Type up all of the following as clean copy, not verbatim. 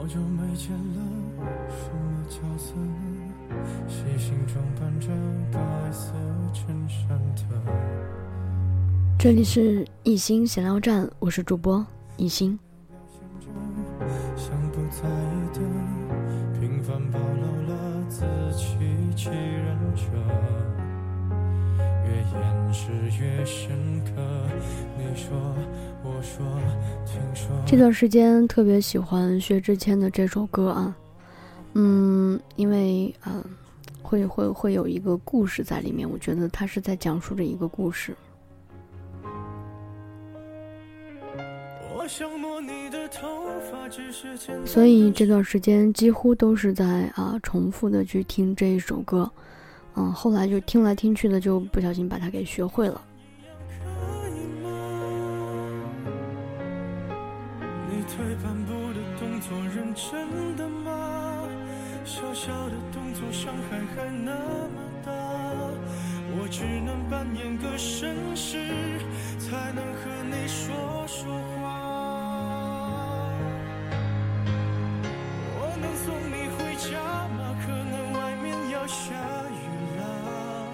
久没见了，什么角色呢？细心装扮着白色衬衫的。 这里是一心闲聊站，我是主播一心。 像不在意的，平凡暴露了自欺欺人者，越掩饰越深刻。你说我说听说。 这段时间特别喜欢薛之谦的这首歌啊，因为会有一个故事在里面，我觉得他是在讲述着一个故事。所以这段时间几乎都是在重复的去听这一首歌，后来就听来听去的，就不小心把它给学会了。 你退半步的动作认真的吗？小小的动作伤害还那么大，我只能扮演个绅士，才能和你说说话。我能送你回家吗？可能外面要下雨了。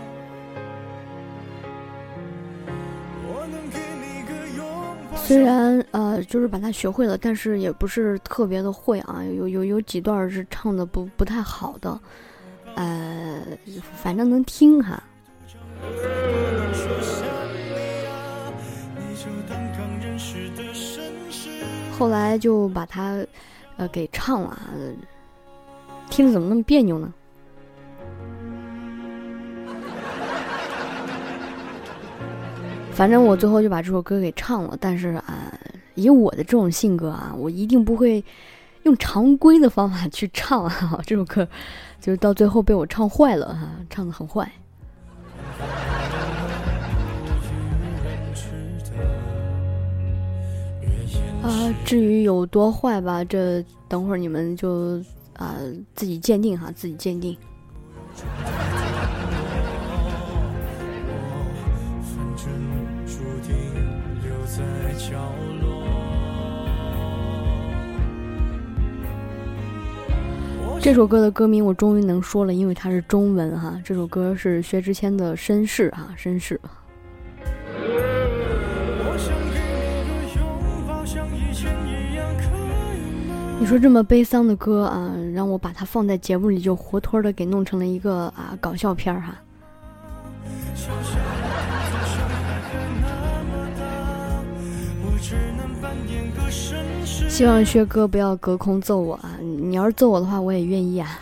我能给你个拥抱。 虽然就是把它学会了，但是也不是特别的会啊，有几段是唱的不太好的，反正能听哈。后来就把它给唱了，听着怎么那么别扭呢？反正我最后就把这首歌给唱了，但是以我的这种性格我一定不会用常规的方法去唱这首歌，就是到最后被我唱坏了唱得很坏。至于有多坏吧，这等会儿你们就自己鉴定自己鉴定。这首歌的歌名我终于能说了，因为它是中文这首歌是薛之谦的《绅士》绅士。你说这么悲伤的歌让我把它放在节目里，就活脱的给弄成了一个搞笑片希望薛哥不要隔空揍我你要是揍我的话，我也愿意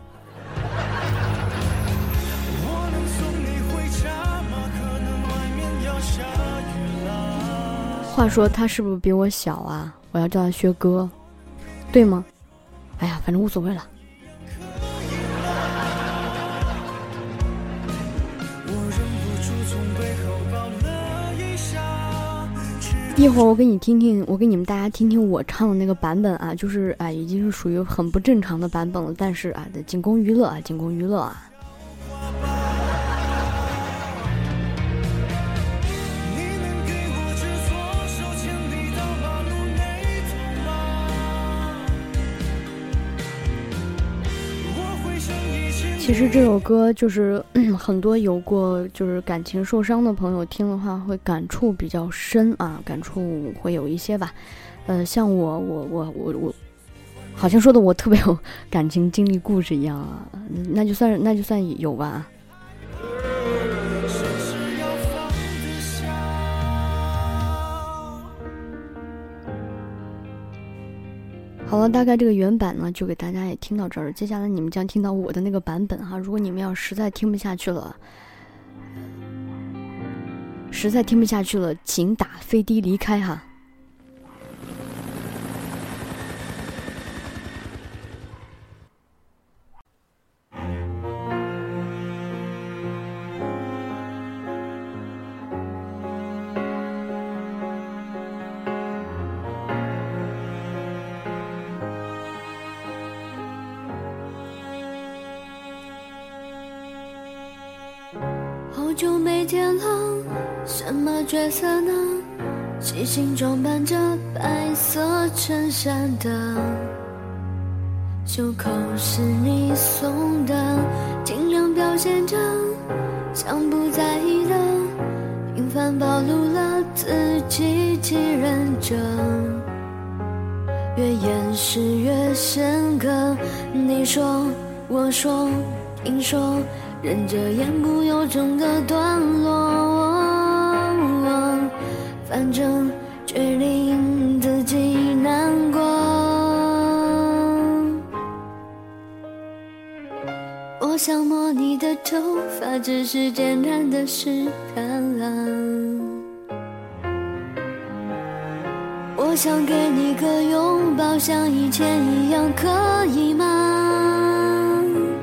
话说他是不是比我小我要叫他薛哥，对吗？哎呀，反正无所谓了。一会儿我给你们大家听听我唱的那个版本就是已经是属于很不正常的版本了，但是仅供娱乐仅供娱乐其实这首歌就是很多有过就是感情受伤的朋友听的话会感触比较深感触会有一些吧。像我好像说的我特别有感情经历故事一样那就算有吧。好了，大概这个原版呢就给大家也听到这儿，接下来你们将听到我的那个版本如果你们要实在听不下去了，请打飞的离开好久没见了，什么角色呢？细心装扮着白色衬衫的袖口是你送的，尽量表现着像不在意的，频繁暴露了自己欺人者，越掩饰越深刻。你说我说听说，忍着言不由衷的段落，反正却令自己难过。我想摸你的头发，只是简单的试探我想给你个拥抱，像以前一样，可以吗？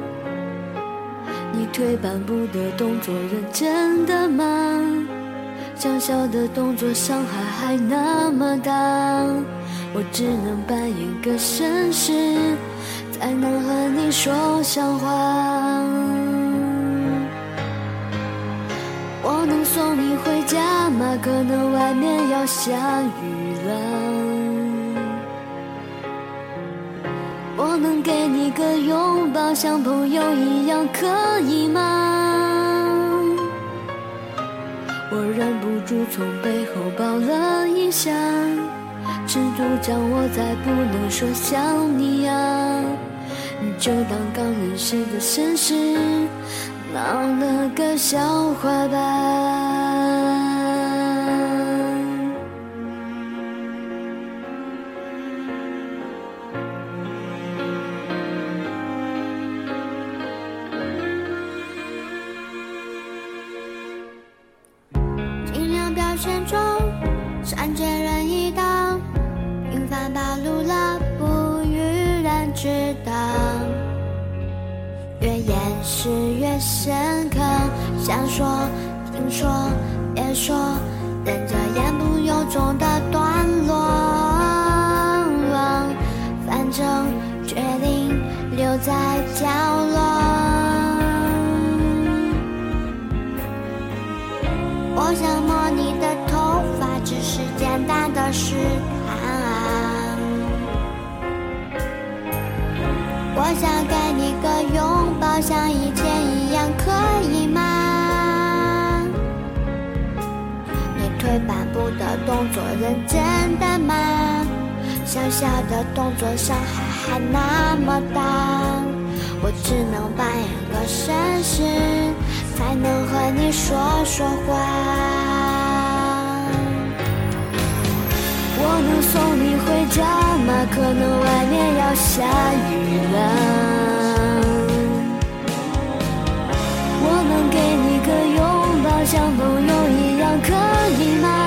你退半步的动作认真的吗？小小的动作伤害还那么大，我只能扮演个绅士，才能和你说上话。我能送你回家吗？可能外面要下雨了。我能给你个拥抱，像朋友一样，可以吗？我忍不住从背后抱了一下，尺度将我再不能说像你呀，你就当刚认识的绅士，闹了个笑话吧。尽量表现中善解人意的，频繁暴露了不予人知道，越掩饰越深刻。想说听说别说，忍着言不由衷的段落，反正决定留在角落。我想摸你的头发，只是简单的试探我想给你个拥抱，像以前一样，可以吗？你退半步的动作认真的吗？小小的动作伤害还那么大，我只能扮演个绅士，才能和你说话。我能送你回家吗？可能外面要下雨了。我能给你个拥抱，像朋友一样，可以吗？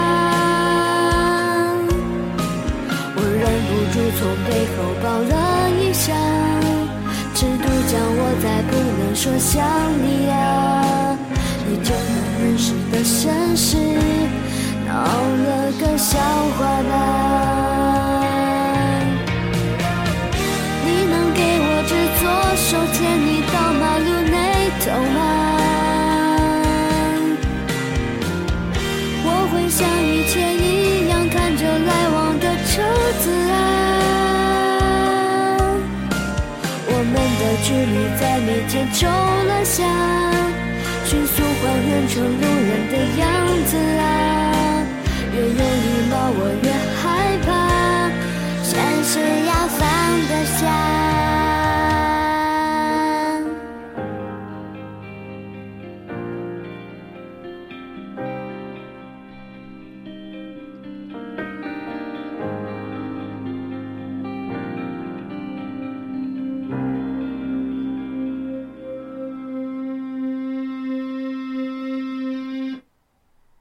我忍不住从背后抱了一下，尺度将我再不能说像你呀，你就能认识的绅士，闹了个笑话吧。你能给我只左手牵你到马路那头吗？我会像以前一样看着来往的车子我们的距离在眉间皱了下，迅速还原成路人的样子越有礼貌我越害怕，现实要放得下。